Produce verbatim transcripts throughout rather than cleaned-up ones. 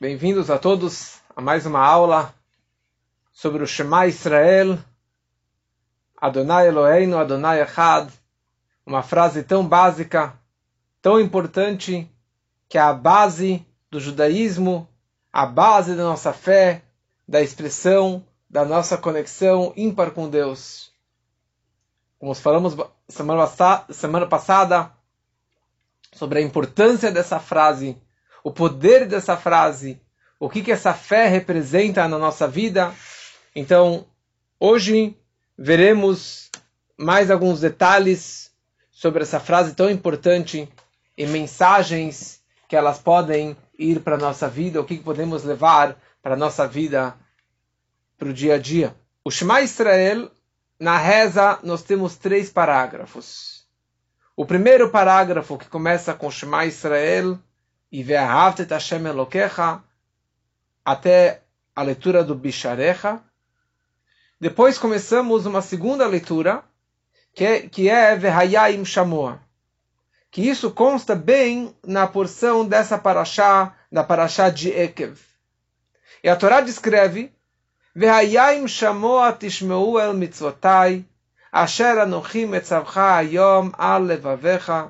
Bem-vindos a todos a mais uma aula sobre o Shema Israel, Adonai Eloheinu, Adonai Echad, uma frase tão básica, tão importante, que é a base do judaísmo, a base da nossa fé, da expressão, da nossa conexão ímpar com Deus. Como falamos semana, semana passada sobre a importância dessa frase, o poder dessa frase, o que, que essa fé representa na nossa vida. Então, hoje veremos mais alguns detalhes sobre essa frase tão importante e mensagens que elas podem ir para a nossa vida, o que, que podemos levar para a nossa vida, para o dia a dia. O Shema Israel, na reza, nós temos três parágrafos. O primeiro parágrafo, que começa com Shema Israel, e Ve'ahavta et Hashem Elokecha, até a leitura do Bisharecha. Depois começamos uma segunda leitura, que é, que é Ve'hayim Shamoa, que isso consta bem na porção dessa parashá, da parashá de Ekev. E a Torá descreve Ve'hayim Shamoa tishmeu el mitzvotai, asher anochi metzavcha hayom al levavecha.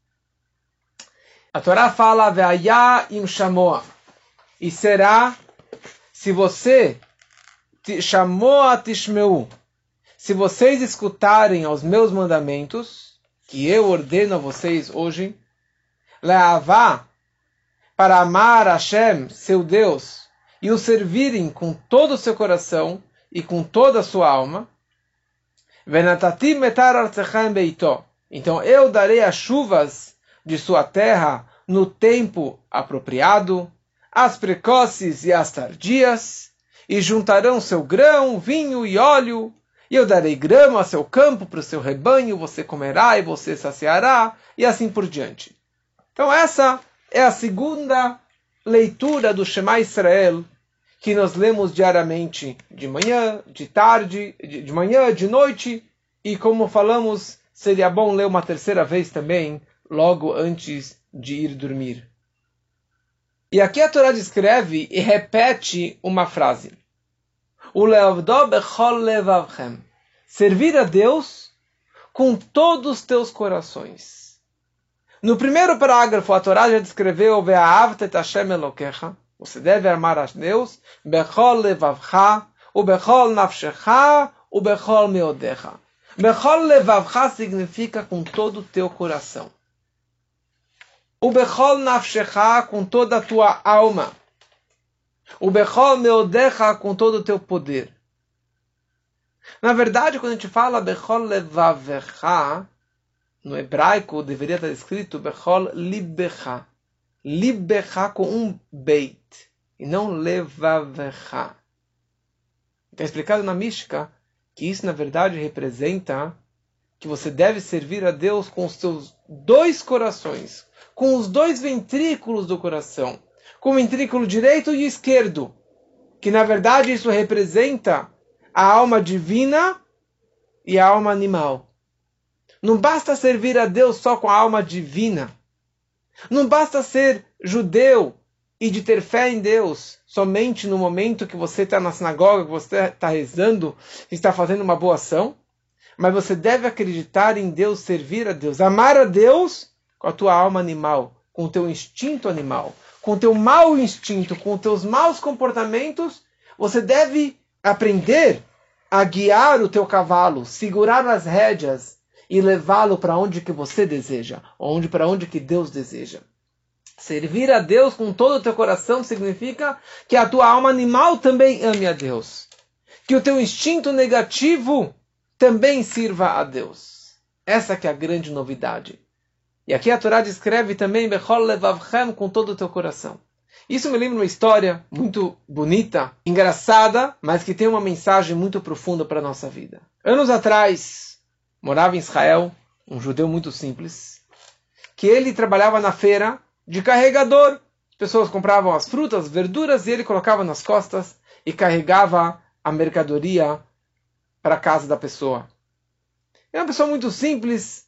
A Torá fala, Ve'ayá im shamoa, e será, se você, shamoa tishmeu, se vocês escutarem aos meus mandamentos, que eu ordeno a vocês hoje, leavá, para amar Hashem, seu Deus, e o servirem com todo o seu coração e com toda a sua alma, venatatim metar artechem beitó, então eu darei as chuvas de sua terra no tempo apropriado, as precoces e as tardias, e juntarão seu grão, vinho e óleo, e eu darei grama a seu campo para o seu rebanho, você comerá e você saciará, e assim por diante. Então essa é a segunda leitura do Shema Israel, que nós lemos diariamente, de manhã, de tarde, de, de manhã, de noite, e como falamos, seria bom ler uma terceira vez também, logo antes de ir dormir. E aqui a Torá descreve e repete uma frase. O leavdo bechol levavchem. Servir a Deus com todos os teus corações. No primeiro parágrafo, a Torá já descreveu Ve'ahavta et Hashem Elokecha. Você deve amar a Deus bechol levavcha, u bechol nafshecha, u bechol meodecha. Bechol levavcha significa com todo o teu coração. O Bechol Nafshecha, com toda a tua alma. O Bechol Meodecha, com todo o teu poder. Na verdade, quando a gente fala Bechol Levavecha, no hebraico deveria estar escrito Bechol Libecha. Libecha com um beit, e não Levavecha. Está explicado na Mística que isso, na verdade, representa que você deve servir a Deus com os seus dois corações, com os dois ventrículos do coração, com o ventrículo direito e esquerdo, que na verdade isso representa a alma divina e a alma animal. Não basta servir a Deus só com a alma divina. Não basta ser judeu e de ter fé em Deus somente no momento que você está na sinagoga, que você está rezando, está fazendo uma boa ação. Mas você deve acreditar em Deus, servir a Deus, amar a Deus com a tua alma animal, com o teu instinto animal, com o teu mau instinto, com os teus maus comportamentos. Você deve aprender a guiar o teu cavalo, segurar as rédeas e levá-lo para onde que você deseja, onde para onde que Deus deseja. Servir a Deus com todo o teu coração significa que a tua alma animal também ame a Deus, que o teu instinto negativo também sirva a Deus. Essa que é a grande novidade. E aqui a Torá descreve também Bechol levavchem, com todo o teu coração. Isso me lembra uma história muito bonita, engraçada, mas que tem uma mensagem muito profunda para a nossa vida. Anos atrás, morava em Israel, um judeu muito simples, que ele trabalhava na feira de carregador. As pessoas compravam as frutas, verduras, e ele colocava nas costas e carregava a mercadoria para a casa da pessoa. É uma pessoa muito simples,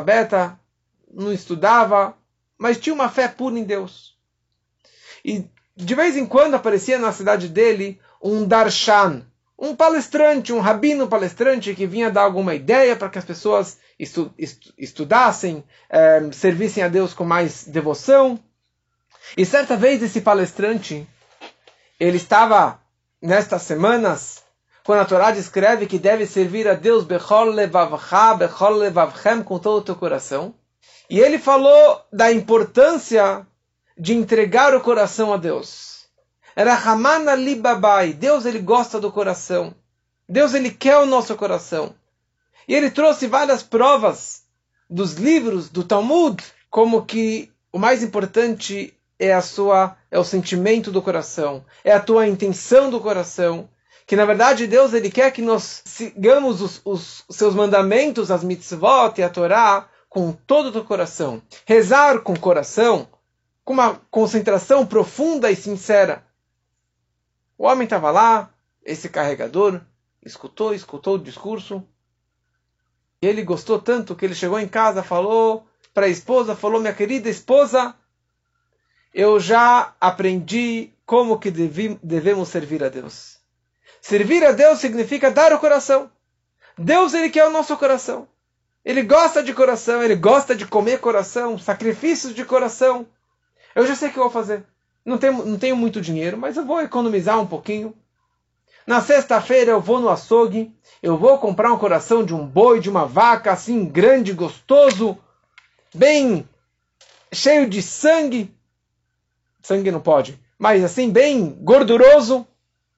analfabeta, não estudava, mas tinha uma fé pura em Deus. E de vez em quando aparecia na cidade dele um darshan, um palestrante, um rabino palestrante que vinha dar alguma ideia para que as pessoas estu, estu, estudassem, eh, servissem a Deus com mais devoção. E certa vez esse palestrante, ele estava nestas semanas, quando a Torá descreve que deve servir a Deus bechol levavcha, bechol levavchem, com todo o teu coração. E ele falou da importância de entregar o coração a Deus. Rahamana libabai. Deus, ele gosta do coração. Deus, ele quer o nosso coração. E ele trouxe várias provas dos livros do Talmud, como que o mais importante é a sua, é o sentimento do coração, é a tua intenção do coração. Que na verdade Deus, ele quer que nós sigamos os, os, os seus mandamentos, as mitzvot e a Torá, com todo o teu coração. Rezar com o coração, com uma concentração profunda e sincera. O homem estava lá, esse carregador, escutou, escutou o discurso. E ele gostou tanto que ele chegou em casa, falou para a esposa, falou, minha querida esposa, eu já aprendi como que devi, devemos servir a Deus. Servir a Deus significa dar o coração. Deus, ele quer o nosso coração. Ele gosta de coração, ele gosta de comer coração, sacrifícios de coração. Eu já sei o que eu vou fazer. Não tenho, não tenho muito dinheiro, mas eu vou economizar um pouquinho. Na sexta-feira eu vou no açougue, eu vou comprar um coração de um boi, de uma vaca, assim, grande, gostoso, bem cheio de sangue. Sangue não pode, mas assim, bem gorduroso.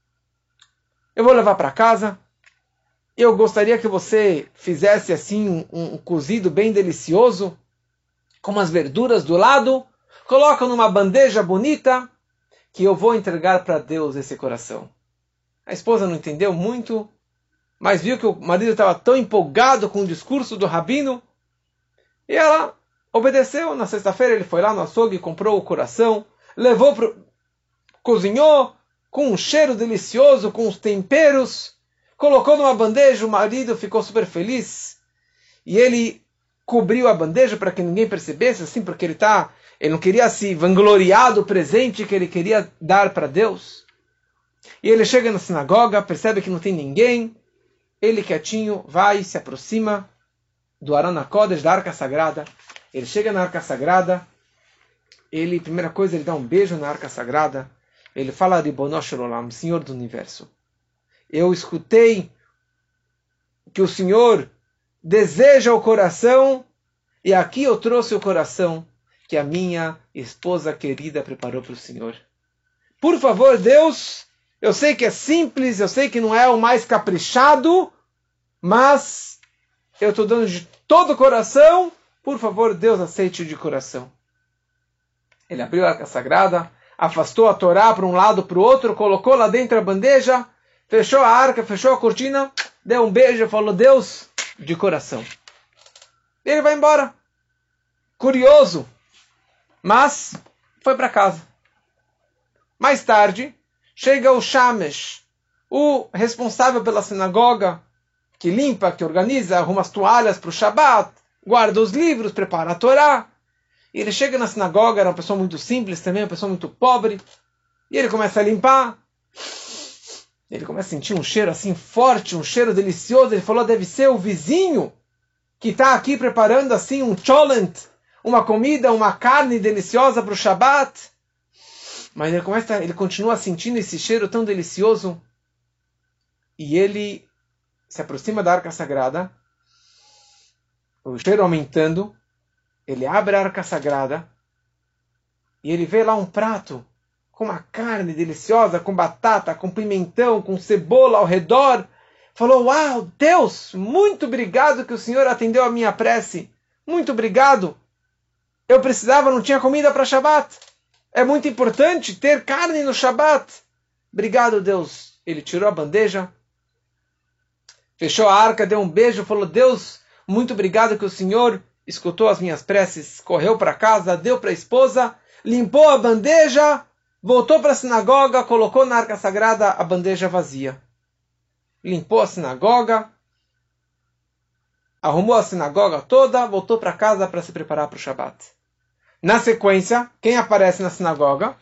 Eu vou levar para casa. Eu gostaria que você fizesse assim um, um cozido bem delicioso, com umas verduras do lado. Coloca numa bandeja bonita, que eu vou entregar para Deus esse coração. A esposa não entendeu muito, mas viu que o marido estava tão empolgado com o discurso do rabino, e ela obedeceu. Na sexta-feira ele foi lá no açougue, comprou o coração, levou pro... cozinhou com um cheiro delicioso, com os temperos, colocou numa bandeja, o marido ficou super feliz, e ele cobriu a bandeja para que ninguém percebesse, assim, porque ele tá, ele não queria se vangloriar do presente que ele queria dar para Deus. E ele chega na sinagoga, percebe que não tem ninguém, ele quietinho vai e se aproxima do Aron HaKodesh, da Arca Sagrada. Ele chega na Arca Sagrada, ele, primeira coisa, ele dá um beijo na Arca Sagrada, ele fala, Ribono Shel Olam, Senhor do Universo, eu escutei que o Senhor deseja o coração, e aqui eu trouxe o coração que a minha esposa querida preparou para o Senhor. Por favor, Deus, eu sei que é simples, eu sei que não é o mais caprichado, mas eu estou dando de todo o coração, por favor, Deus, aceite de coração. Ele abriu a Arca Sagrada, afastou a Torá para um lado para o outro, colocou lá dentro a bandeja, fechou a arca, fechou a cortina, deu um beijo e falou, Deus, de coração. Ele vai embora. Curioso, mas foi para casa. Mais tarde, chega o Shamesh, o responsável pela sinagoga, que limpa, que organiza, arruma as toalhas para o Shabat, guarda os livros, prepara a Torá. E ele chega na sinagoga, era uma pessoa muito simples também, uma pessoa muito pobre, e ele começa a limpar. Ele começa a sentir um cheiro assim forte, um cheiro delicioso. Ele falou, deve ser o vizinho que está aqui preparando assim um cholent, uma comida, uma carne deliciosa para o Shabat. Mas ele, começa, ele continua sentindo esse cheiro tão delicioso. E ele se aproxima da Arca Sagrada, o cheiro aumentando. Ele abre a Arca Sagrada e ele vê lá um prato com uma carne deliciosa, com batata, com pimentão, com cebola ao redor. Falou, uau, Deus, muito obrigado que o Senhor atendeu a minha prece. Muito obrigado. Eu precisava, não tinha comida para Shabat. É muito importante ter carne no Shabat. Obrigado, Deus. Ele tirou a bandeja, fechou a arca, deu um beijo, falou, Deus, muito obrigado que o Senhor escutou as minhas preces, correu para casa, deu para a esposa, limpou a bandeja, voltou para a sinagoga, colocou na Arca Sagrada a bandeja vazia. Limpou a sinagoga, arrumou a sinagoga toda, voltou para casa para se preparar para o Shabat. Na sequência, quem aparece na sinagoga?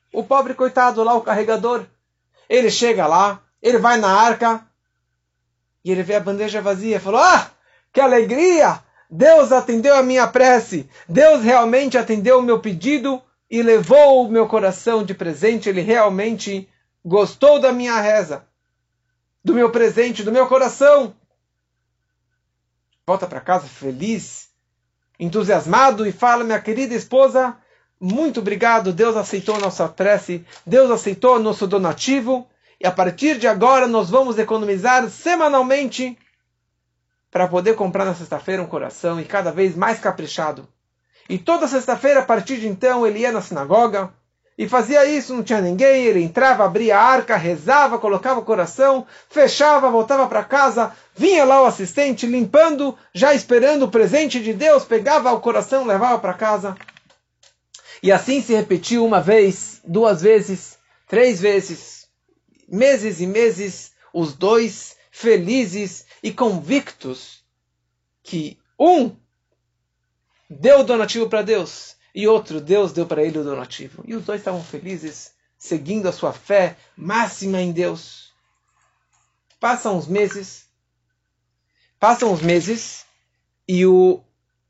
O pobre coitado lá, o carregador. Ele chega lá, ele vai na arca e ele vê a bandeja vazia e falou, ah, que alegria! Deus atendeu a minha prece. Deus realmente atendeu o meu pedido e levou o meu coração de presente. Ele realmente gostou da minha reza, do meu presente, do meu coração. Volta para casa feliz, entusiasmado e fala, minha querida esposa, muito obrigado, Deus aceitou a nossa prece, Deus aceitou o nosso donativo, e a partir de agora nós vamos economizar semanalmente para poder comprar na sexta-feira um coração, e cada vez mais caprichado. E toda sexta-feira, a partir de então, ele ia na sinagoga, e fazia isso, não tinha ninguém, ele entrava, abria a arca, rezava, colocava o coração, fechava, voltava para casa, vinha lá o assistente limpando, já esperando o presente de Deus, pegava o coração, levava para casa. E assim se repetiu uma vez, duas vezes, três vezes, meses e meses, os dois felizes e convictos que um deu o donativo para Deus e outro Deus deu para ele o donativo. E os dois estavam felizes, seguindo a sua fé máxima em Deus. Passam os meses, passam os meses e o,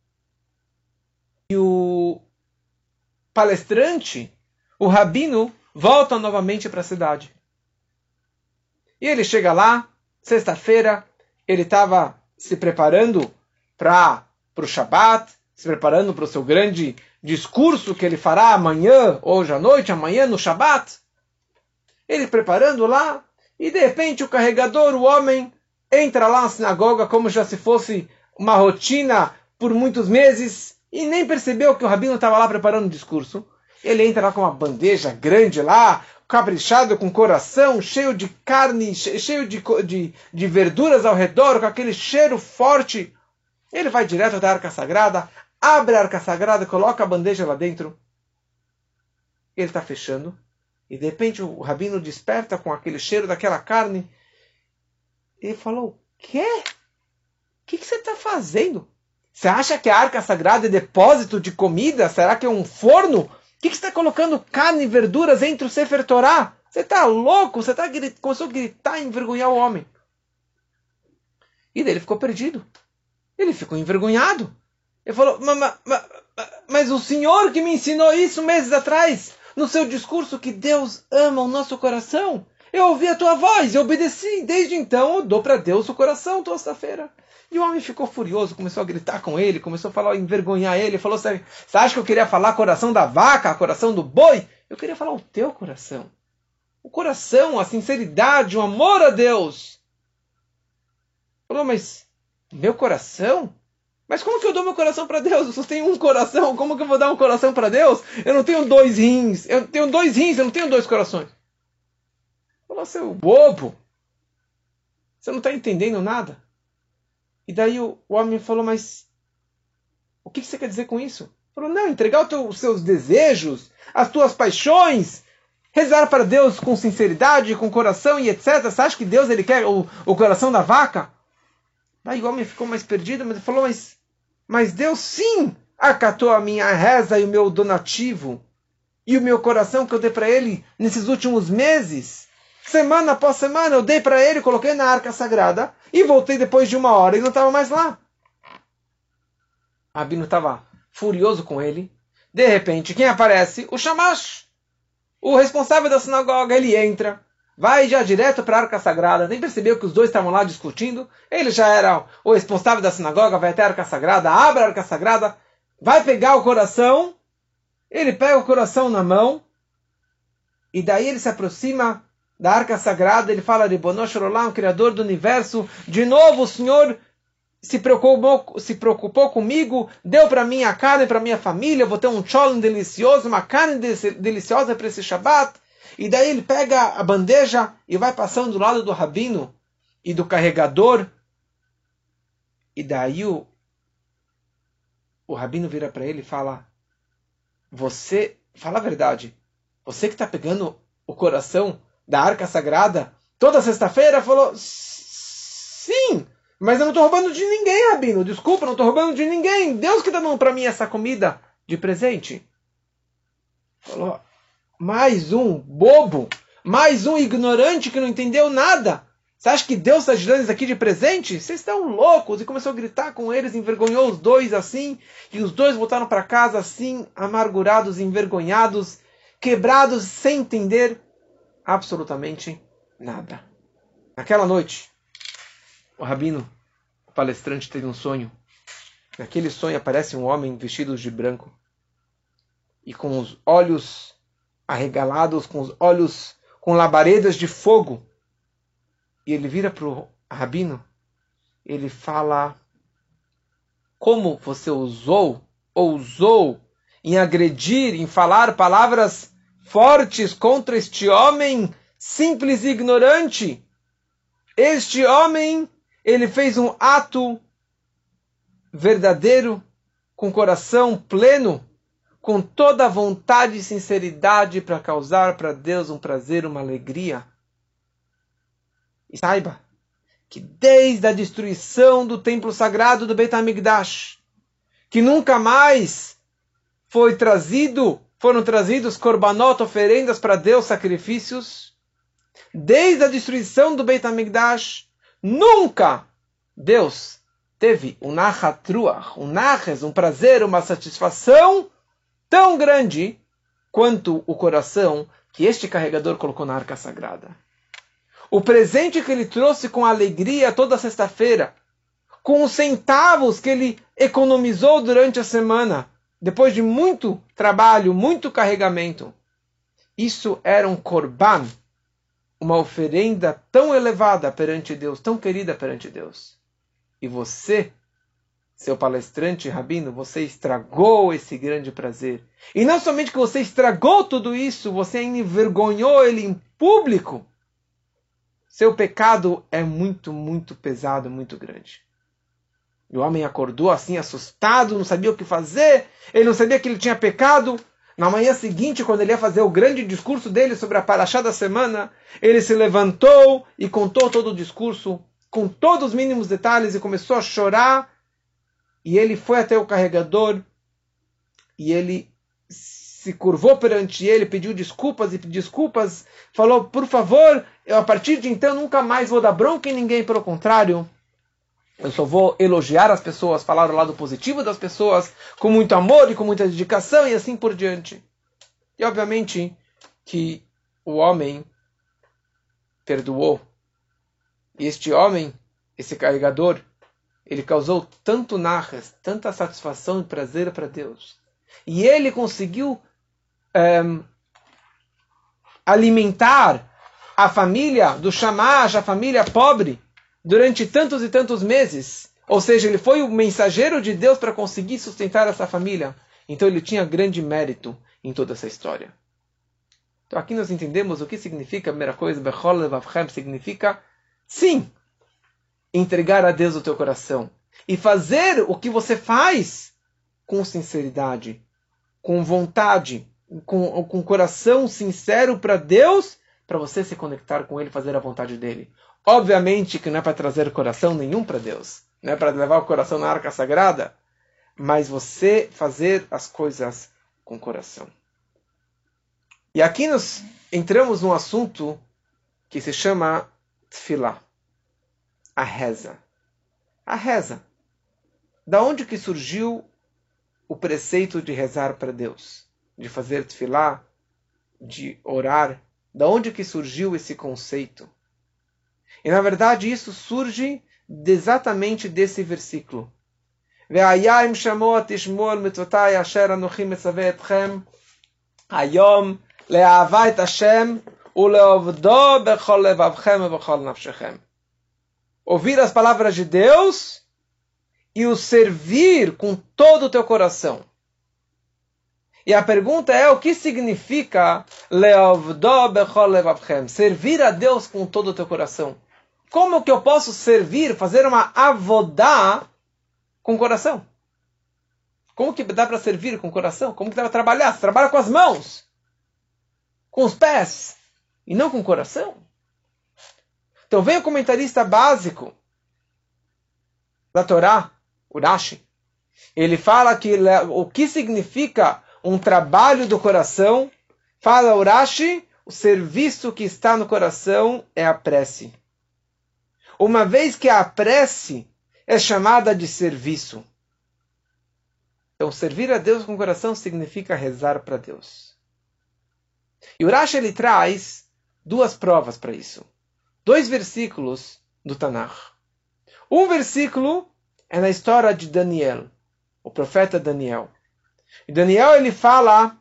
e o palestrante, o rabino, volta novamente para a cidade. E ele chega lá, sexta-feira, ele estava se preparando para o Shabat, se preparando para o seu grande discurso que ele fará amanhã, hoje à noite, amanhã no Shabat. Ele preparando lá, e de repente o carregador, o homem, entra lá na sinagoga como já se fosse uma rotina por muitos meses, e nem percebeu que o rabino estava lá preparando o discurso. Ele entra lá com uma bandeja grande lá, caprichado, com coração, cheio de carne, cheio de, de, de verduras ao redor, com aquele cheiro forte. Ele vai direto da arca sagrada, abre a arca sagrada, coloca a bandeja lá dentro. Ele está fechando. E de repente o rabino desperta com aquele cheiro daquela carne. Ele falou, o quê? O que, que você está fazendo? Você acha que a arca sagrada é depósito de comida? Será que é um forno? O que, que você está colocando carne e verduras entre o Sefer Torá? Você está louco? Você tá, começou a gritar e envergonhar o homem. E daí ele ficou perdido. Ele ficou envergonhado. Ele falou, mas, mas, mas o senhor que me ensinou isso meses atrás, no seu discurso que Deus ama o nosso coração, eu ouvi a tua voz e obedeci. Desde então eu dou para Deus o coração toda sexta-feira. E o homem ficou furioso, começou a gritar com ele, começou a falar, envergonhar ele. Falou, você acha que eu queria falar coração da vaca, coração do boi? Eu queria falar o teu coração. O coração, a sinceridade, o amor a Deus. Falou, mas meu coração? Mas como que eu dou meu coração para Deus? Eu só tenho um coração, como que eu vou dar um coração para Deus? Eu não tenho dois rins, eu tenho dois rins, eu não tenho dois corações. Falou, seu bobo, você não está entendendo nada? E daí o, o homem falou, mas o que, que você quer dizer com isso? Falou, não, entregar teu, os seus desejos, as tuas paixões, rezar para Deus com sinceridade, com coração e etcétera. Você acha que Deus ele quer o, o coração da vaca? Daí o homem ficou mais perdido, mas ele falou, mas, mas Deus sim acatou a minha reza e o meu donativo e o meu coração que eu dei para ele nesses últimos meses. Semana após semana eu dei para ele, coloquei na arca sagrada e voltei depois de uma hora e não estava mais lá. O rabino estava furioso com ele. De repente, quem aparece? O Shamash, o responsável da sinagoga. Ele entra, vai já direto para a arca sagrada, nem percebeu que os dois estavam lá discutindo. Ele já era o responsável da sinagoga, vai até a arca sagrada, abre a arca sagrada, vai pegar o coração, ele pega o coração na mão, e daí ele se aproxima da arca sagrada, ele fala, Ribono Shel Olam, Criador do Universo, de novo o Senhor se preocupou, se preocupou comigo, deu para mim a carne, para minha família, eu vou ter um cholent delicioso, uma carne deliciosa para esse Shabat. E daí ele pega a bandeja e vai passando do lado do rabino e do carregador. E daí o, o rabino vira para ele e fala, você, fala a verdade, você que está pegando o coração da arca sagrada toda sexta-feira? Falou, sim, mas eu não estou roubando de ninguém, rabino, desculpa, não estou roubando de ninguém, Deus que está dando para mim essa comida de presente. Falou, mais um bobo, mais um ignorante que não entendeu nada. Você acha que Deus está te dando isso aqui de presente? Vocês estão loucos. E começou a gritar com eles, envergonhou os dois assim, e os dois voltaram para casa assim, amargurados, envergonhados, quebrados, sem entender absolutamente nada. Naquela noite, o rabino, o palestrante, teve um sonho. Naquele sonho aparece um homem vestido de branco e com os olhos arregalados, com os olhos com labaredas de fogo. E ele vira para o rabino, ele fala: como você usou, ousou em agredir, em falar palavras fortes contra este homem simples e ignorante? Este homem, ele fez um ato verdadeiro, com coração pleno, com toda a vontade e sinceridade para causar para Deus um prazer, uma alegria. E saiba que desde a destruição do templo sagrado do Beit HaMikdash, que nunca mais foi trazido, foram trazidos korbanot, oferendas para Deus, sacrifícios, desde a destruição do Beit HaMikdash, nunca Deus teve um nachat ruach, um naches, um prazer, uma satisfação tão grande quanto o coração que este carregador colocou na arca sagrada. O presente que ele trouxe com alegria toda sexta-feira, com os centavos que ele economizou durante a semana, depois de muito trabalho, muito carregamento. Isso era um korban, uma oferenda tão elevada perante Deus, tão querida perante Deus. E você, seu palestrante rabino, você estragou esse grande prazer. E não somente que você estragou tudo isso, você ainda envergonhou ele em público. Seu pecado é muito, muito pesado, muito grande. E o homem acordou assim, assustado, não sabia o que fazer, ele não sabia que ele tinha pecado. Na manhã seguinte, quando ele ia fazer o grande discurso dele sobre a paraxá da semana, ele se levantou e contou todo o discurso, com todos os mínimos detalhes, e começou a chorar. E ele foi até o carregador, e ele se curvou perante ele, pediu desculpas e desculpas, falou: por favor, eu a partir de então nunca mais vou dar bronca em ninguém, pelo contrário, eu só vou elogiar as pessoas, falar o lado positivo das pessoas, com muito amor e com muita dedicação, e assim por diante. E obviamente que o homem perdoou. E este homem, esse carregador, ele causou tanto nachas, tanta satisfação e prazer para Deus. E ele conseguiu um, alimentar a família do Shamash, a família pobre, durante tantos e tantos meses. Ou seja, ele foi o mensageiro de Deus para conseguir sustentar essa família. Então ele tinha grande mérito em toda essa história. Então aqui nós entendemos o que significa, a primeira coisa, Bechol Levavchem, significa, sim, entregar a Deus o teu coração. E fazer o que você faz com sinceridade, com vontade, com, com coração sincero para Deus, para você se conectar com Ele, fazer a vontade dEle. Obviamente que não é para trazer coração nenhum para Deus, não é para levar o coração na arca sagrada, mas você fazer as coisas com coração. E aqui nós entramos num assunto que se chama Tfilah, a reza. A reza. Da onde que surgiu o preceito de rezar para Deus, de fazer Tfilah, de orar? Da onde que surgiu esse conceito? E na verdade isso surge exatamente desse versículo. Ve'ayim shamoa tishmol mitzvotai asher anochi metzaveh etchem hayom le'ahava et Hashem ule'ovdo bechol levavchem ubechol nafshechem. Ouvir as palavras de Deus e o servir com todo o teu coração. E a pergunta é, o que significa le'ovdo bechol levavchem? Servir a Deus com todo o teu coração. Como que eu posso servir, fazer uma avodá com o coração? Como que dá para servir com o coração? Como que dá para trabalhar? Você trabalha com as mãos, com os pés, e não com o coração? Então vem o comentarista básico da Torá, o Rashi. Ele fala que o que significa um trabalho do coração, Fala Urashi, o serviço que está no coração é a prece. Uma vez que a prece é chamada de serviço. Então, servir a Deus com o coração significa rezar para Deus. E Urashi ele traz duas provas para isso. Dois versículos do Tanakh. Um versículo é na história de Daniel, o profeta Daniel. E Daniel ele fala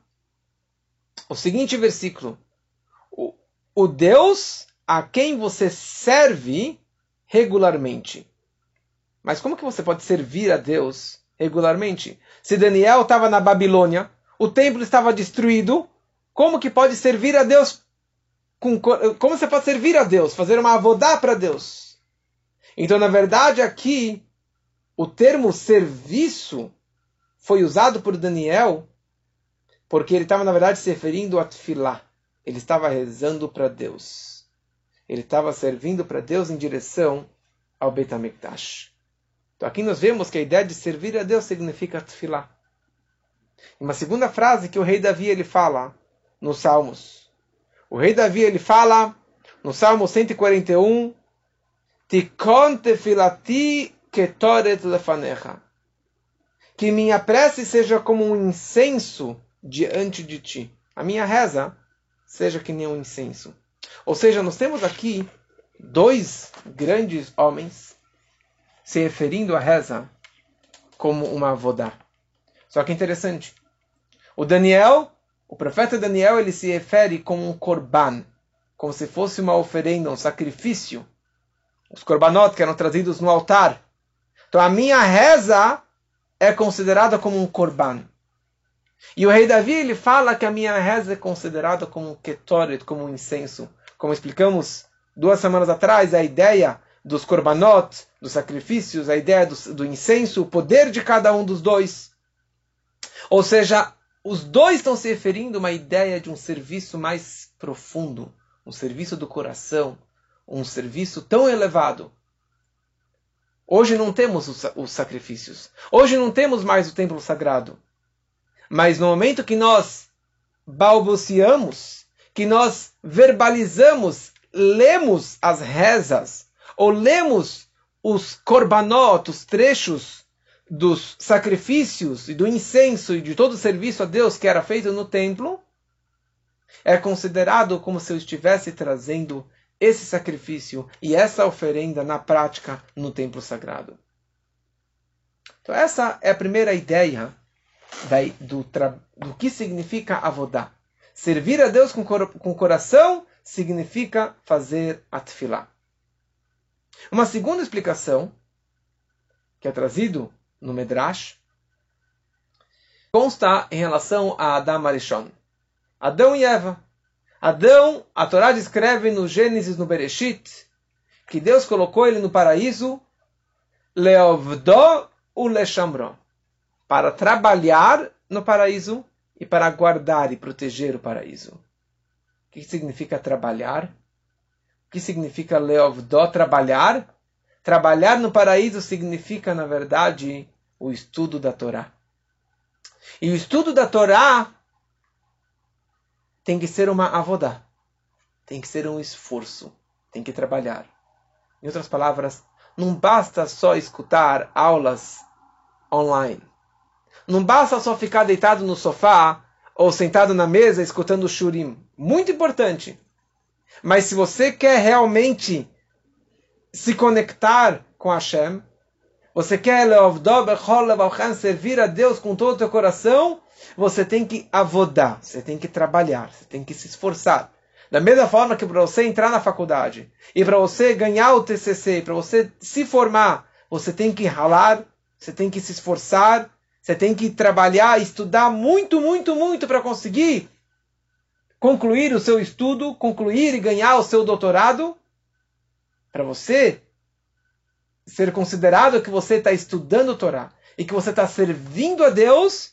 o seguinte versículo: o, o Deus a quem você serve regularmente. Mas como que você pode servir a Deus regularmente? Se Daniel estava na Babilônia, o templo estava destruído, como que pode servir a Deus? Com, como você pode servir a Deus? Fazer uma avodá para Deus? Então, na verdade, aqui, o termo serviço foi usado por Daniel porque ele estava, na verdade, se referindo a tefilá. Ele estava rezando para Deus. Ele estava servindo para Deus em direção ao Beit HaMikdash. Então aqui nós vemos que a ideia de servir a Deus significa tefilá. Uma segunda frase que o rei Davi ele fala nos Salmos. O rei Davi ele fala no Salmo cento e quarenta e um: Tikon tefilati ketoret lefanecha. Que minha prece seja como um incenso diante de ti. A minha reza seja que nem um incenso. Ou seja, nós temos aqui dois grandes homens se referindo à reza como uma avodá. Só que interessante. O Daniel, o profeta Daniel, ele se refere como um korban, como se fosse uma oferenda, um sacrifício. Os korbanot que eram trazidos no altar. Então a minha reza é considerada como um korban. E o rei Davi ele fala que a minha reza é considerada como um ketoret, como um incenso. Como explicamos duas semanas atrás, a ideia dos korbanot, dos sacrifícios, a ideia do, do incenso, o poder de cada um dos dois. Ou seja, os dois estão se referindo a uma ideia de um serviço mais profundo, um serviço do coração, um serviço tão elevado. Hoje não temos os, os sacrifícios. Hoje não temos mais o templo sagrado. Mas no momento que nós balbuciamos, que nós verbalizamos, lemos as rezas, ou lemos os korbanot, os trechos dos sacrifícios e do incenso e de todo o serviço a Deus que era feito no templo, é considerado como se eu estivesse trazendo esse sacrifício e essa oferenda na prática no templo sagrado. Então essa é a primeira ideia do, do que significa avodá. Servir a Deus com o coração significa fazer a tefilá. Uma segunda explicação, que é trazido no Medrash, consta em relação a Adam Arishon. Adão e Eva. Adão, a Torá descreve no Gênesis, no Bereshit, que Deus colocou ele no paraíso, leovdo u leshamro, para trabalhar no paraíso e para guardar e proteger o paraíso. O que significa trabalhar? O que significa leovdó, trabalhar? Trabalhar no paraíso significa, na verdade, o estudo da Torá. E o estudo da Torá tem que ser uma avodá. Tem que ser um esforço. Tem que trabalhar. Em outras palavras, não basta só escutar aulas online. Não basta só ficar deitado no sofá ou sentado na mesa escutando o shurim. Muito importante. Mas se você quer realmente se conectar com Hashem, você quer servir a Deus com todo o teu coração, você tem que avodar, você tem que trabalhar, você tem que se esforçar. Da mesma forma que para você entrar na faculdade, e para você ganhar o T C C, para você se formar, você tem que ralar, você tem que se esforçar, você tem que trabalhar, estudar muito, muito, muito para conseguir concluir o seu estudo, concluir e ganhar o seu doutorado. Para você ser considerado que você está estudando a Torá e que você está servindo a Deus,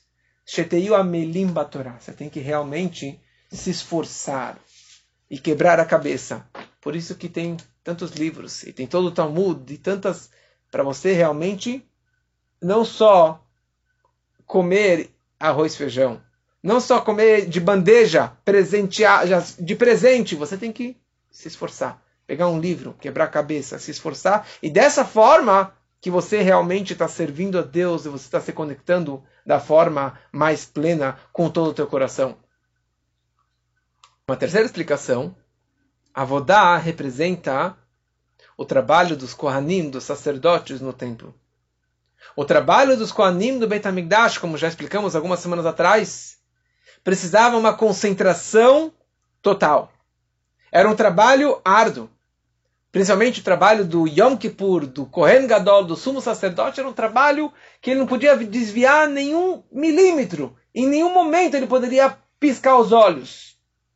você tem que realmente se esforçar e quebrar a cabeça. Por isso que tem tantos livros e tem todo o Talmud e tantas, para você realmente não só comer arroz e feijão, Não só comer de bandeja, presentear, de presente, você tem que se esforçar. Pegar um livro, quebrar a cabeça, se esforçar. E dessa forma que você realmente está servindo a Deus e você está se conectando da forma mais plena com todo o teu coração. Uma terceira explicação. Avodá representa o trabalho dos Kohanim, dos sacerdotes no templo. O trabalho dos Kohanim do Beit HaMikdash, como já explicamos algumas semanas atrás, precisava uma concentração total. Era um trabalho árduo. Principalmente o trabalho do Yom Kippur, do Kohen Gadol, do sumo sacerdote, era um trabalho que ele não podia desviar nenhum milímetro. Em nenhum momento ele poderia piscar os olhos.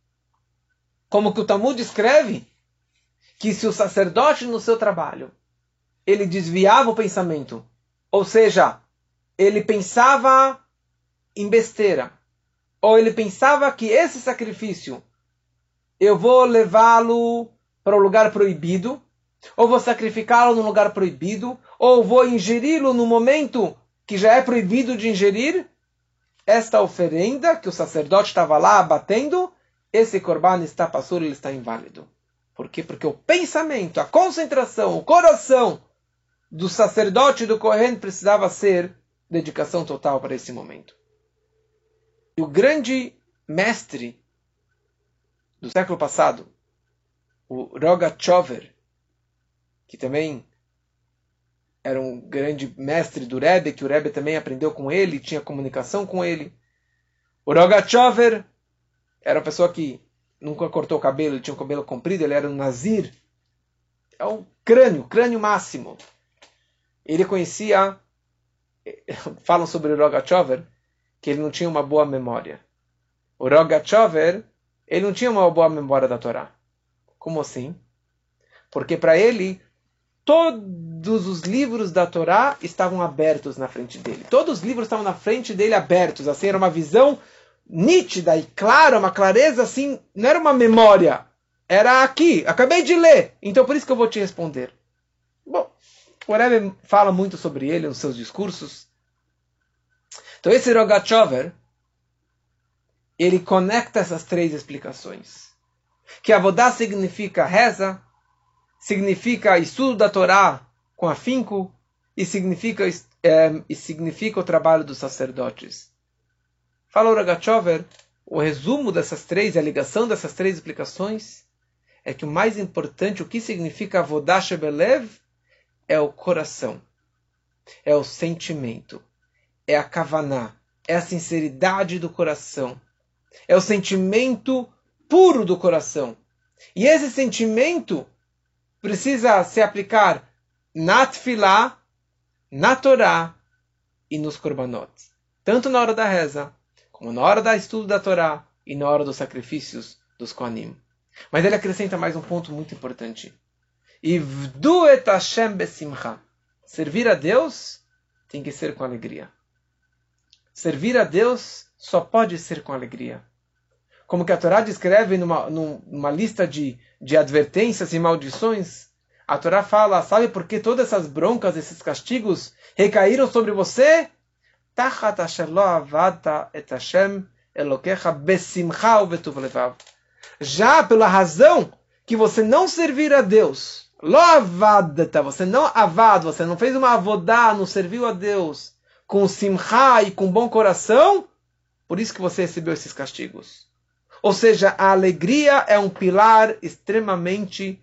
Como que o Talmud escreve, que se o sacerdote no seu trabalho, ele desviava o pensamento, ou seja, ele pensava em besteira, ou ele pensava que esse sacrifício, eu vou levá-lo para o lugar proibido, ou vou sacrificá-lo no lugar proibido, ou vou ingeri-lo no momento que já é proibido de ingerir, esta oferenda que o sacerdote estava lá abatendo, esse korban está passur, ele está inválido. Por quê? Porque o pensamento, a concentração, o coração do sacerdote e do Kohen precisava ser dedicação total para esse momento. E o grande mestre do século passado, o Rogachover, que também era um grande mestre do Rebbe, que o Rebbe também aprendeu com ele, tinha comunicação com ele. O Rogachover era uma pessoa que nunca cortou o cabelo, ele tinha o cabelo comprido, ele era um nazir. É um crânio, crânio máximo. Ele conhecia, falam sobre o Rogachover, que ele não tinha uma boa memória. O Rogachover, ele não tinha uma boa memória da Torá. Como assim? Porque para ele, todos os livros da Torá estavam abertos na frente dele. Todos os livros estavam na frente dele abertos. Assim, era uma visão nítida e clara, uma clareza assim, não era uma memória. Era aqui, acabei de ler. Então por isso que eu vou te responder. Bom, o Rebbe fala muito sobre ele nos seus discursos. Então esse Rogachover, ele conecta essas três explicações. Que Avodá significa reza, significa estudo da Torá com afinco e significa, é, e significa o trabalho dos sacerdotes. Fala o Rogachover, o resumo dessas três, a ligação dessas três explicações, é que o mais importante, o que significa Avodah Shebelev, é o coração, é o sentimento, é a kavaná, é a sinceridade do coração, é o sentimento puro do coração. E esse sentimento precisa se aplicar na Tfilá, na Torá e nos Korbanot. Tanto na hora da reza, como na hora do estudo da Torá e na hora dos sacrifícios dos Kohanim. Mas ele acrescenta mais um ponto muito importante. Ivdu et Hashem besimcha. Servir a Deus tem que ser com alegria. Servir a Deus só pode ser com alegria. Como que a Torá descreve numa, numa lista de, de advertências e maldições, a Torá fala, sabe por que todas essas broncas, esses castigos recaíram sobre você? Tachat asher lo avadta et Hashem Elokecha besimcha uvetuv levav. Já pela razão que você não servir a Deus, lo avadta, você não avad, você não fez uma avodá, não serviu a Deus com simcha e com bom coração, por isso que você recebeu esses castigos. Ou seja, a alegria é um pilar extremamente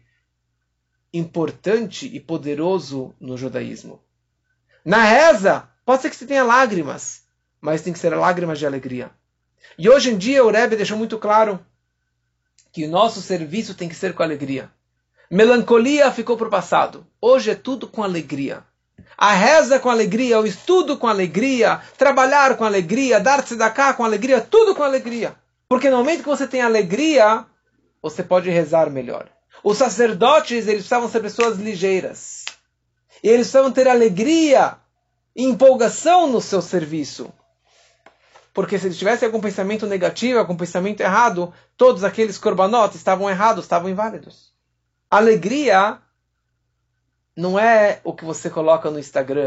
importante e poderoso no judaísmo. Na reza, pode ser que você tenha lágrimas, mas tem que ser lágrimas de alegria. E hoje em dia o Rebbe deixou muito claro que o nosso serviço tem que ser com alegria. Melancolia ficou para o passado. Hoje é tudo com alegria. A reza com alegria, o estudo com alegria, trabalhar com alegria, dar tzedakah com alegria, tudo com alegria. Porque no momento que você tem alegria, você pode rezar melhor. Os sacerdotes, eles precisavam ser pessoas ligeiras. E eles precisavam ter alegria e empolgação no seu serviço. Porque se eles tivessem algum pensamento negativo, algum pensamento errado, todos aqueles korbanot estavam errados, estavam inválidos. Alegria não é o que você coloca no Instagram,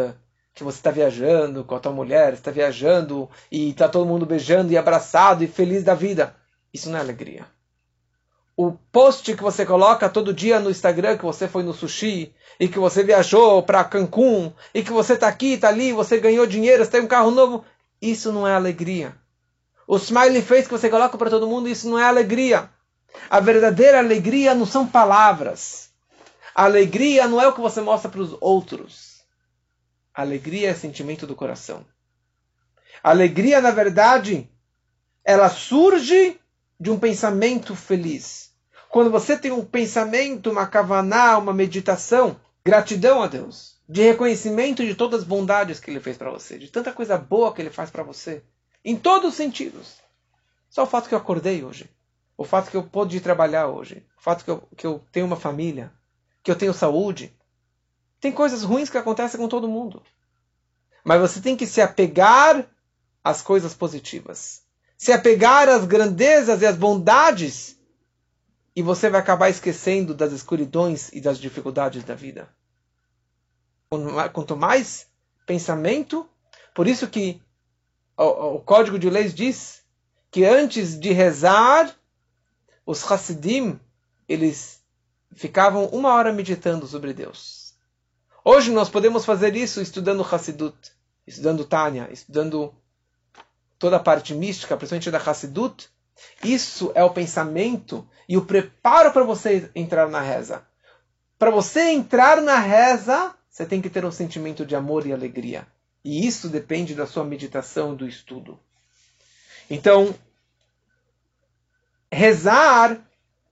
que você está viajando com a tua mulher, está viajando e está todo mundo beijando e abraçado e feliz da vida. Isso não é alegria. O post que você coloca todo dia no Instagram que você foi no sushi e que você viajou para Cancún e que você está aqui, está ali, você ganhou dinheiro, você tem um carro novo, isso não é alegria. O smiley face que você coloca para todo mundo, isso não é alegria. A verdadeira alegria não são palavras. A alegria não é o que você mostra para os outros. A alegria é sentimento do coração. A alegria, na verdade, ela surge de um pensamento feliz. Quando você tem um pensamento, uma kavaná, uma meditação, gratidão a Deus, de reconhecimento de todas as bondades que Ele fez para você, de tanta coisa boa que Ele faz para você, em todos os sentidos. Só o fato que eu acordei hoje, o fato que eu pude trabalhar hoje, o fato que eu, que eu tenho uma família, que eu tenho saúde. Tem coisas ruins que acontecem com todo mundo. Mas você tem que se apegar às coisas positivas. Se apegar às grandezas e às bondades. E você vai acabar esquecendo das escuridões e das dificuldades da vida. Quanto mais pensamento, por isso que o, o Código de Leis diz que antes de rezar, os Hassidim, eles ficavam uma hora meditando sobre Deus. Hoje nós podemos fazer isso estudando Hassidut, estudando Tânia, estudando toda a parte mística, principalmente da Hassidut. Isso é o pensamento e o preparo para você entrar na reza. Para você entrar na reza, você tem que ter um sentimento de amor e alegria. E isso depende da sua meditação, do estudo. Então, rezar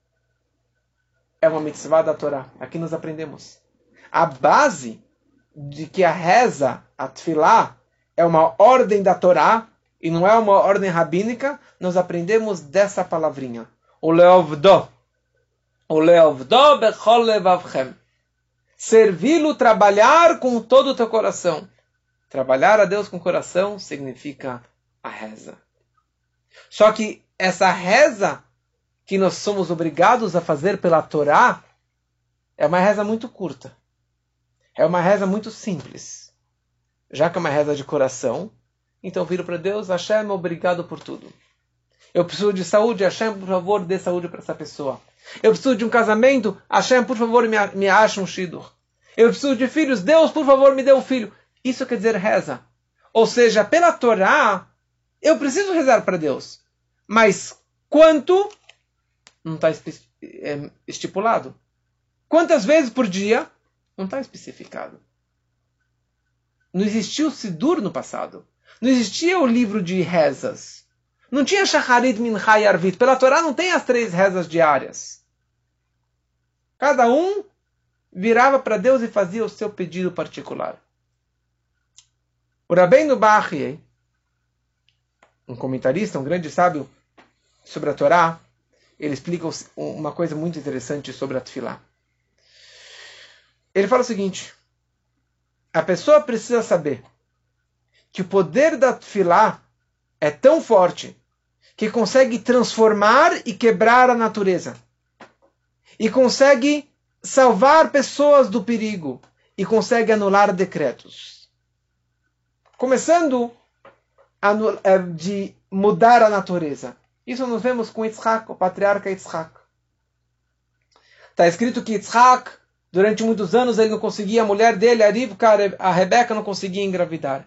é uma mitzvah da Torá. Aqui nós aprendemos. A base de que a reza, a tefilá, é uma ordem da Torá e não é uma ordem rabínica, nós aprendemos dessa palavrinha. O leovdo. O leovdo bechol levavchem. Servi-lo, trabalhar com todo o teu coração. Trabalhar a Deus com o coração significa a reza. Só que essa reza que nós somos obrigados a fazer pela Torá é uma reza muito curta. É uma reza muito simples. Já que é uma reza de coração, então eu viro para Deus, Hashem, obrigado por tudo. Eu preciso de saúde, Hashem, por favor, dê saúde para essa pessoa. Eu preciso de um casamento, Hashem, por favor, me, me ache um shidduch. Eu preciso de filhos, Deus, por favor, me dê um filho. Isso quer dizer reza. Ou seja, pela Torá, eu preciso rezar para Deus. Mas quanto? Não está estipulado. Quantas vezes por dia? Não está especificado. Não existia o Sidur no passado. Não existia o livro de rezas. Não tinha Shacharit, Mincha e Arvit. Pela Torá não tem as três rezas diárias. Cada um virava para Deus e fazia o seu pedido particular. O Rabbeinu Bachye, um comentarista, um grande sábio sobre a Torá, ele explica uma coisa muito interessante sobre a Tefilá. Ele fala o seguinte: a pessoa precisa saber que o poder da Tefilá é tão forte que consegue transformar e quebrar a natureza. E consegue salvar pessoas do perigo. E consegue anular decretos. Começando a, de mudar a natureza. Isso nós vemos com Yitzhak, o patriarca Yitzhak. Está escrito que Yitzhak, durante muitos anos, ele não conseguia, a mulher dele, a Rivka, a Rebeca, não conseguia engravidar.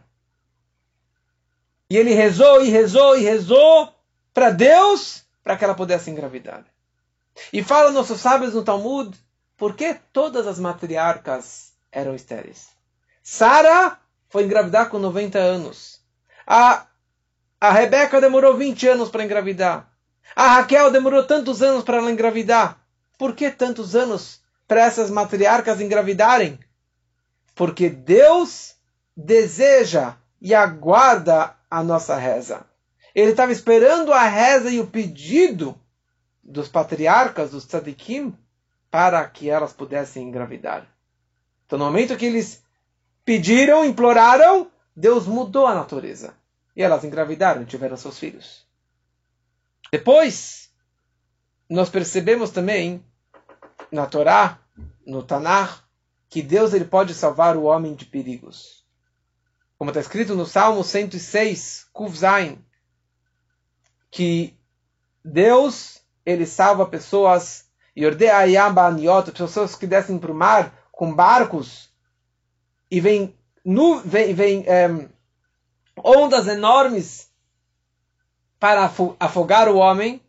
E ele rezou, e rezou, e rezou para Deus, para que ela pudesse engravidar. E fala nossos sábios no Talmud, por que todas as matriarcas eram estéreis? Sara foi engravidar com noventa anos. A, a Rebeca demorou vinte anos para engravidar. A Raquel demorou tantos anos para ela engravidar. Por que tantos anos para essas matriarcas engravidarem? Porque Deus deseja e aguarda a nossa reza. Ele estava esperando a reza e o pedido dos patriarcas, dos tzadikim, para que elas pudessem engravidar. Então, no momento que eles pediram, imploraram, Deus mudou a natureza. E elas engravidaram e tiveram seus filhos. Depois, nós percebemos também, na Torá, no Tanakh, que Deus ele pode salvar o homem de perigos. como está escrito no Salmo cento e seis, Kuf Zain, que Deus, ele salva pessoas, pessoas que descem para o mar com barcos, e vem, nu, vem, vem é, ondas enormes para afogar o homem.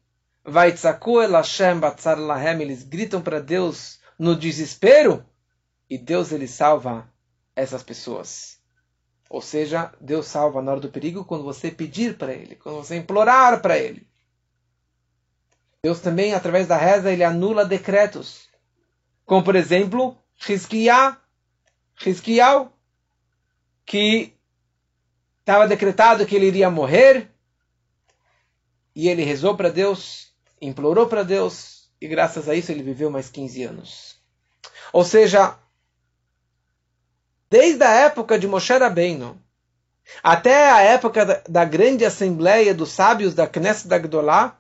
Eles gritam para Deus no desespero, e Deus ele salva essas pessoas. Ou seja, Deus salva na hora do perigo quando você pedir para Ele, quando você implorar para Ele. Deus também, através da reza, Ele anula decretos. Como, por exemplo, Hizkiah, Hizkiah, que estava decretado que ele iria morrer, e ele rezou para Deus, implorou para Deus, e graças a isso ele viveu mais quinze anos. Ou seja, desde a época de Moshe Rabbeinu até a época da, da grande assembleia dos sábios da Knesset Agdolá,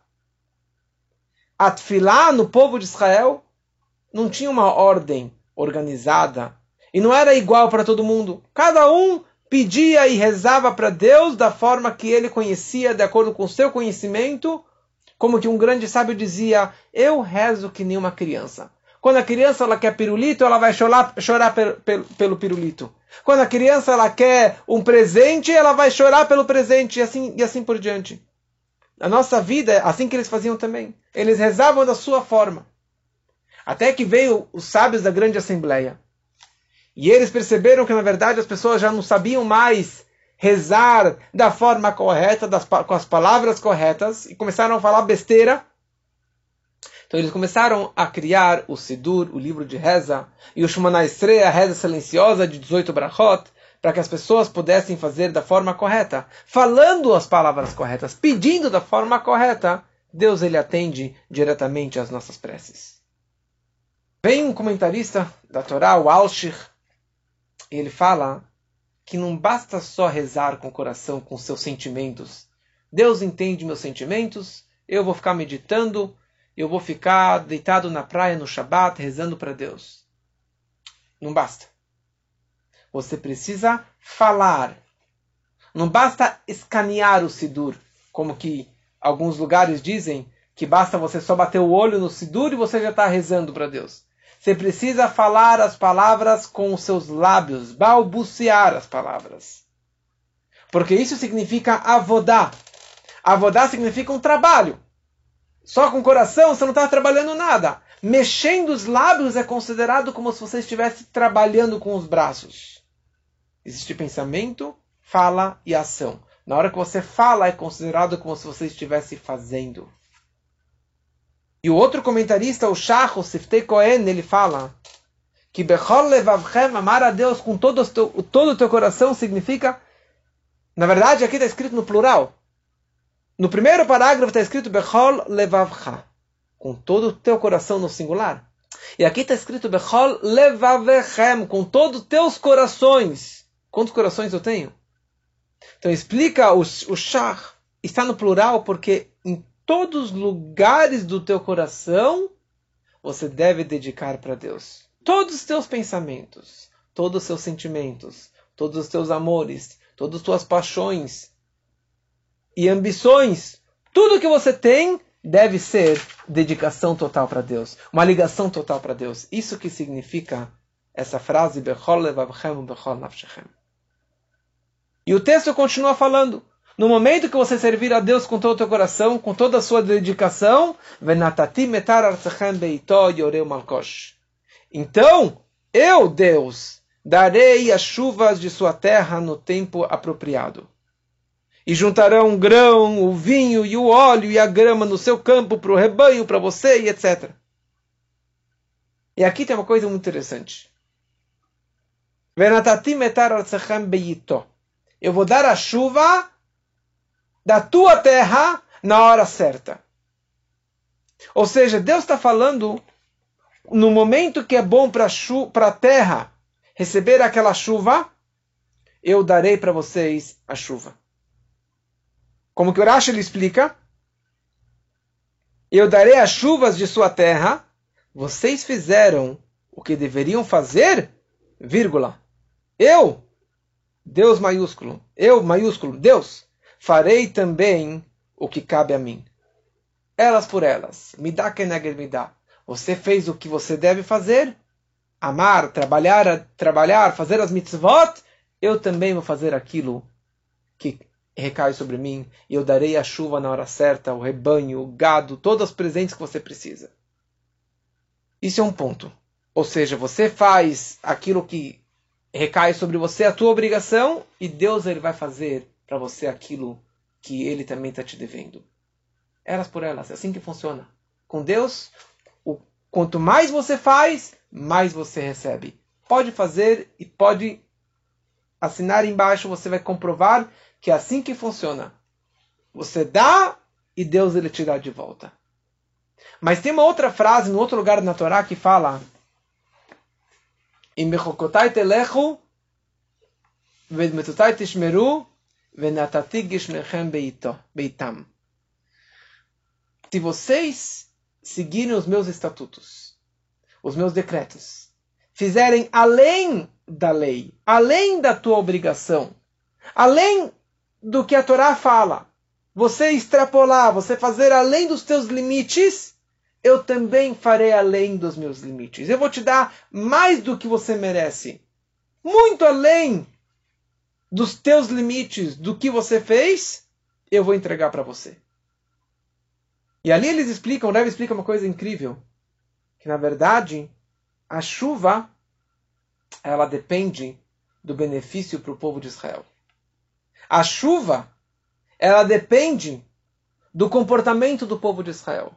a Tfilá no povo de Israel não tinha uma ordem organizada e não era igual para todo mundo. Cada um pedia e rezava para Deus da forma que ele conhecia, de acordo com o seu conhecimento, como que um grande sábio dizia: eu rezo que nem uma criança. Quando a criança ela quer pirulito, ela vai chorar, chorar pelo, pelo, pelo pirulito. Quando a criança ela quer um presente, ela vai chorar pelo presente, e assim, e assim por diante. A nossa vida é assim que eles faziam também. Eles rezavam da sua forma. Até que veio os sábios da grande assembleia. E eles perceberam que, na verdade, as pessoas já não sabiam mais rezar da forma correta, das, com as palavras corretas, e começaram a falar besteira. Então eles começaram a criar o Sidur, o livro de reza, e o Shemona Esrei, a reza silenciosa de dezoito brachot, para que as pessoas pudessem fazer da forma correta, falando as palavras corretas, pedindo da forma correta. Deus ele atende diretamente às nossas preces. Vem um comentarista da Torá, o Alshich, e ele fala que não basta só rezar com o coração, com seus sentimentos. Deus entende meus sentimentos, eu vou ficar meditando, eu vou ficar deitado na praia no Shabat, rezando para Deus. Não basta. Você precisa falar. Não basta escanear o Sidur, como que alguns lugares dizem, que basta você só bater o olho no Sidur e você já está rezando para Deus. Você precisa falar as palavras com os seus lábios, balbuciar as palavras. Porque isso significa avodá. Avodá significa um trabalho. Só com o coração você não está trabalhando nada. Mexendo os lábios é considerado como se você estivesse trabalhando com os braços. Existe pensamento, fala e ação. Na hora que você fala é considerado como se você estivesse fazendo. E o outro comentarista, o Shach, o Siftei Cohen, ele fala que Bechol levavchem, amar a Deus com todo o teu, todo o teu coração, significa, na verdade aqui está escrito no plural. No primeiro parágrafo está escrito Bechol levavcha, com todo o teu coração no singular. E aqui está escrito Bechol levavechem, com todos os teus corações. Quantos corações eu tenho? Então explica o, o Shach, está no plural porque em todos os lugares do teu coração você deve dedicar para Deus. Todos os teus pensamentos, todos os seus sentimentos, todos os teus amores, todas as tuas paixões e ambições, tudo que você tem deve ser dedicação total para Deus, uma ligação total para Deus. Isso que significa essa frase Bechol levavchem bechol nafshechem. E o texto continua falando: no momento que você servir a Deus com todo o teu coração, com toda a sua dedicação, então, eu, Deus, darei as chuvas de sua terra no tempo apropriado. E juntarão o grão, o vinho e o óleo e a grama no seu campo para o rebanho, para você e etcétera. E aqui tem uma coisa muito interessante. Eu vou dar a chuva da tua terra na hora certa. Ou seja, Deus está falando no momento que é bom para a terra receber aquela chuva, eu darei para vocês a chuva. Como que o Rashi ele explica? Eu darei as chuvas de sua terra, vocês fizeram o que deveriam fazer, vírgula. Eu Deus maiúsculo, eu maiúsculo, Deus, farei também o que cabe a mim. Elas por elas, me dá keneged me dá. Você fez o que você deve fazer, amar, trabalhar, trabalhar, fazer as mitzvot, eu também vou fazer aquilo que recai sobre mim, e eu darei a chuva na hora certa, o rebanho, o gado, todos os presentes que você precisa. Isso é um ponto. Ou seja, você faz aquilo que recai sobre você, a tua obrigação, e Deus ele vai fazer para você aquilo que ele também está te devendo. Elas por elas, é assim que funciona. Com Deus, o, quanto mais você faz, mais você recebe. Pode fazer e pode assinar embaixo, você vai comprovar que é assim que funciona. Você dá e Deus ele te dá de volta. Mas tem uma outra frase, em outro lugar na Torá, que fala: Im bechokotai telechu, vedmetutai tishmeru, venatati gishmechem beitam. Se vocês seguirem os meus estatutos, os meus decretos, fizerem além da lei, além da tua obrigação, além do que a Torá fala, você extrapolar, você fazer além dos teus limites, eu também farei além dos meus limites. Eu vou te dar mais do que você merece. Muito além dos teus limites, do que você fez, eu vou entregar para você. E ali eles explicam, o Rebbe explica uma coisa incrível, que na verdade, a chuva, ela depende do benefício para o povo de Israel. A chuva, ela depende do comportamento do povo de Israel.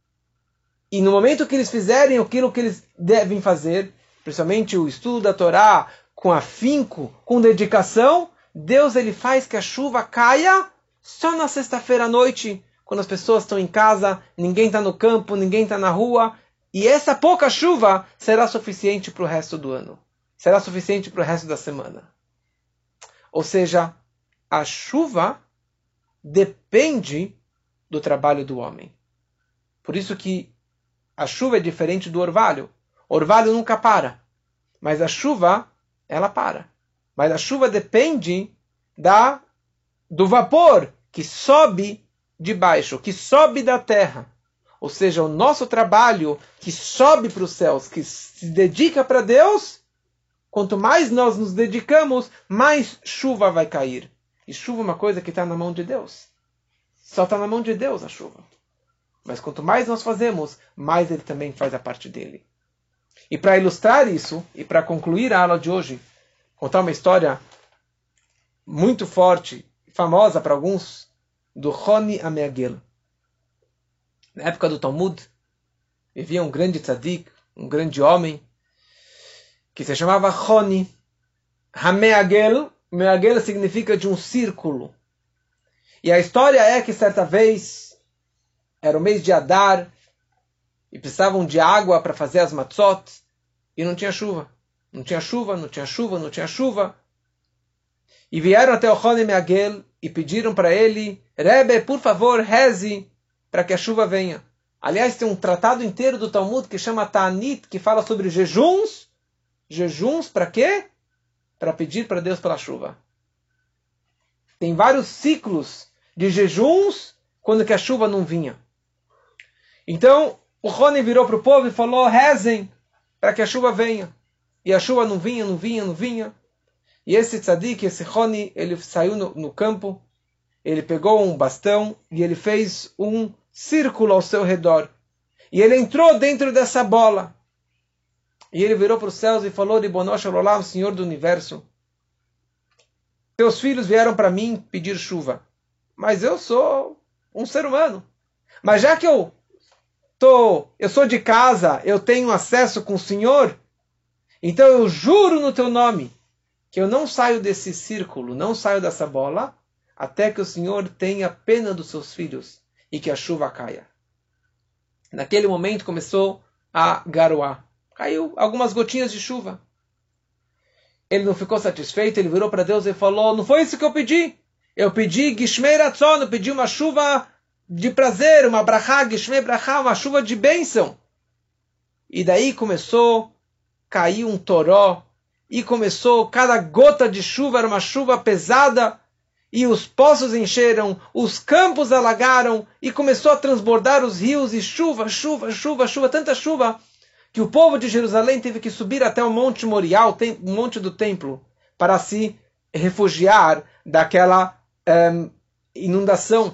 E no momento que eles fizerem aquilo que eles devem fazer, principalmente o estudo da Torá, com afinco, com dedicação, Deus ele faz que a chuva caia só na sexta-feira à noite, quando as pessoas estão em casa, ninguém está no campo, ninguém está na rua, e essa pouca chuva será suficiente para o resto do ano. Será suficiente para o resto da semana. Ou seja, a chuva depende do trabalho do homem. Por isso que a chuva é diferente do orvalho. O orvalho nunca para, mas a chuva, ela para. Mas a chuva depende da, do vapor que sobe de baixo, que sobe da terra. Ou seja, o nosso trabalho que sobe para os céus, que se dedica para Deus, quanto mais nós nos dedicamos, mais chuva vai cair. E chuva é uma coisa que está na mão de Deus. Só está na mão de Deus a chuva. Mas quanto mais nós fazemos, mais Ele também faz a parte dele. E para ilustrar isso, e para concluir a aula de hoje, contar uma história muito forte, famosa para alguns, do Roni Ameagel. Na época do Talmud, vivia um grande tzadik, um grande homem, que se chamava Roni. Hameagel, Meagel significa de um círculo. E a história é que certa vez, era o mês de Adar, e precisavam de água para fazer as matzot, e não tinha chuva. Não tinha chuva, não tinha chuva, não tinha chuva. E vieram até o Roni Meagel e pediram para ele: Rebbe, por favor, reze para que a chuva venha. Aliás, tem um tratado inteiro do Talmud que chama Ta'anit, que fala sobre jejuns. Jejuns para quê? Para pedir para Deus pela chuva. Tem vários ciclos de jejuns quando que a chuva não vinha. Então, o Roni virou para o povo e falou: rezem para que a chuva venha. E a chuva não vinha, não vinha, não vinha. E esse tzadik, esse Roni, ele saiu no, no campo, ele pegou um bastão e ele fez um círculo ao seu redor. E ele entrou dentro dessa bola. E ele virou para os céus e falou: Ribono shel olam, Senhor do Universo, teus filhos vieram para mim pedir chuva. Mas eu sou um ser humano. Mas já que eu, tô, eu sou de casa, eu tenho acesso com o Senhor, então eu juro no teu nome que eu não saio desse círculo, não saio dessa bola, até que o Senhor tenha pena dos seus filhos e que a chuva caia. Naquele momento começou a garoar. Caiu algumas gotinhas de chuva. Ele não ficou satisfeito, ele virou para Deus e falou: não foi isso que eu pedi. Eu pedi Gishmei Ratzon, eu pedi uma chuva de prazer, uma brachá, Gishmei brachá, uma chuva de bênção. E daí começou a cair um toró e começou, cada gota de chuva era uma chuva pesada, e os poços encheram, os campos alagaram, e começou a transbordar os rios, e chuva, chuva, chuva, chuva, tanta chuva, que o povo de Jerusalém teve que subir até o Monte Moriá, o monte do templo, para se refugiar daquela um, inundação.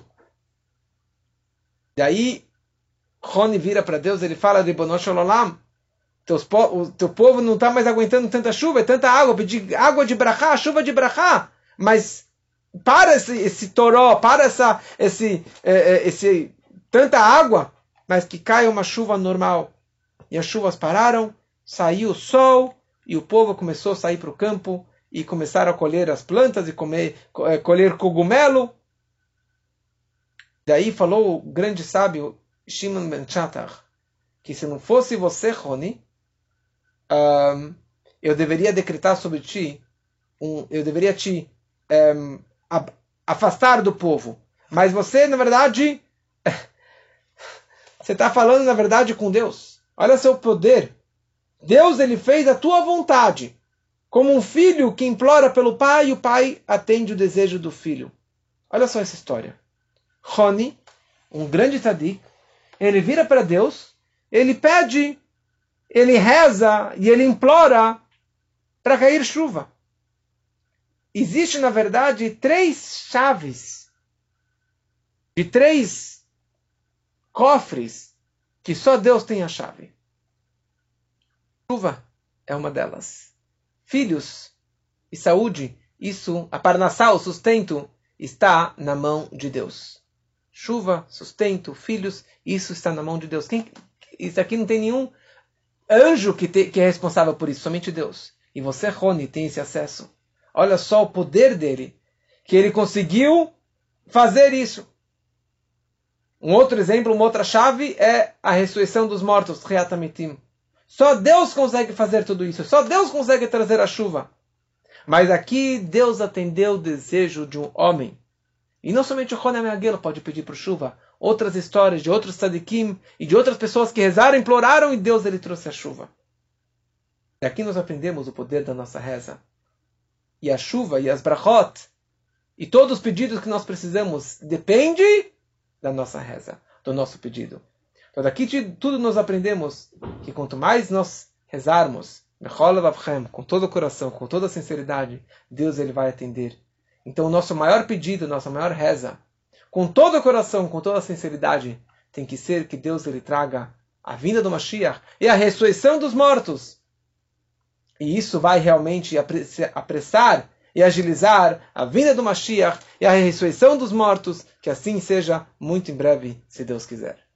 Daí, Roni vira para Deus, ele fala, Ribono Shel Olam, o teu povo não está mais aguentando tanta chuva, tanta água, pedir água de brachá, chuva de brachá, mas para esse, esse toró, para essa, esse, é, esse, tanta água, mas que caia uma chuva normal. E as chuvas pararam, saiu o sol, e o povo começou a sair para o campo, e começaram a colher as plantas, e comer, colher cogumelo. Daí falou o grande sábio, Shimon ben Chatar, que se não fosse você, Roni, um, eu deveria decretar sobre ti, um, eu deveria te um, afastar do povo. Mas você, na verdade, você está falando, na verdade, com Deus. Olha seu poder. Deus, ele fez a tua vontade. Como um filho que implora pelo pai, e o pai atende o desejo do filho. Olha só essa história. Roni, um grande tzadik, ele vira para Deus, ele pede, ele reza e ele implora para cair chuva. Existe, na verdade, três chaves de três cofres que só Deus tem a chave. Chuva é uma delas. Filhos e saúde, isso, a parnassá, o sustento, está na mão de Deus. Chuva, sustento, filhos, isso está na mão de Deus. Quem, isso aqui não tem nenhum anjo que, te, que é responsável por isso, somente Deus. E você, Roni, tem esse acesso. Olha só o poder dele, que ele conseguiu fazer isso. Um outro exemplo, uma outra chave é a ressurreição dos mortos, Tchiat HaMetim. Só Deus consegue fazer tudo isso, só Deus consegue trazer a chuva. Mas aqui Deus atendeu o desejo de um homem. E não somente o Roni Ameagel pode pedir por chuva. Outras histórias de outros tzadikim e de outras pessoas que rezaram, imploraram e Deus ele trouxe a chuva. E aqui nós aprendemos o poder da nossa reza. E a chuva e as brachot e todos os pedidos que nós precisamos depende da nossa reza, do nosso pedido. Então daqui tudo nós aprendemos que quanto mais nós rezarmos com todo o coração, com toda a sinceridade, Deus ele vai atender. Então o nosso maior pedido, nossa maior reza, com todo o coração, com toda a sinceridade, tem que ser que Deus ele traga a vinda do Mashiach e a ressurreição dos mortos. E isso vai realmente apressar e agilizar a vinda do Mashiach e a ressurreição dos mortos, que assim seja muito em breve, se Deus quiser.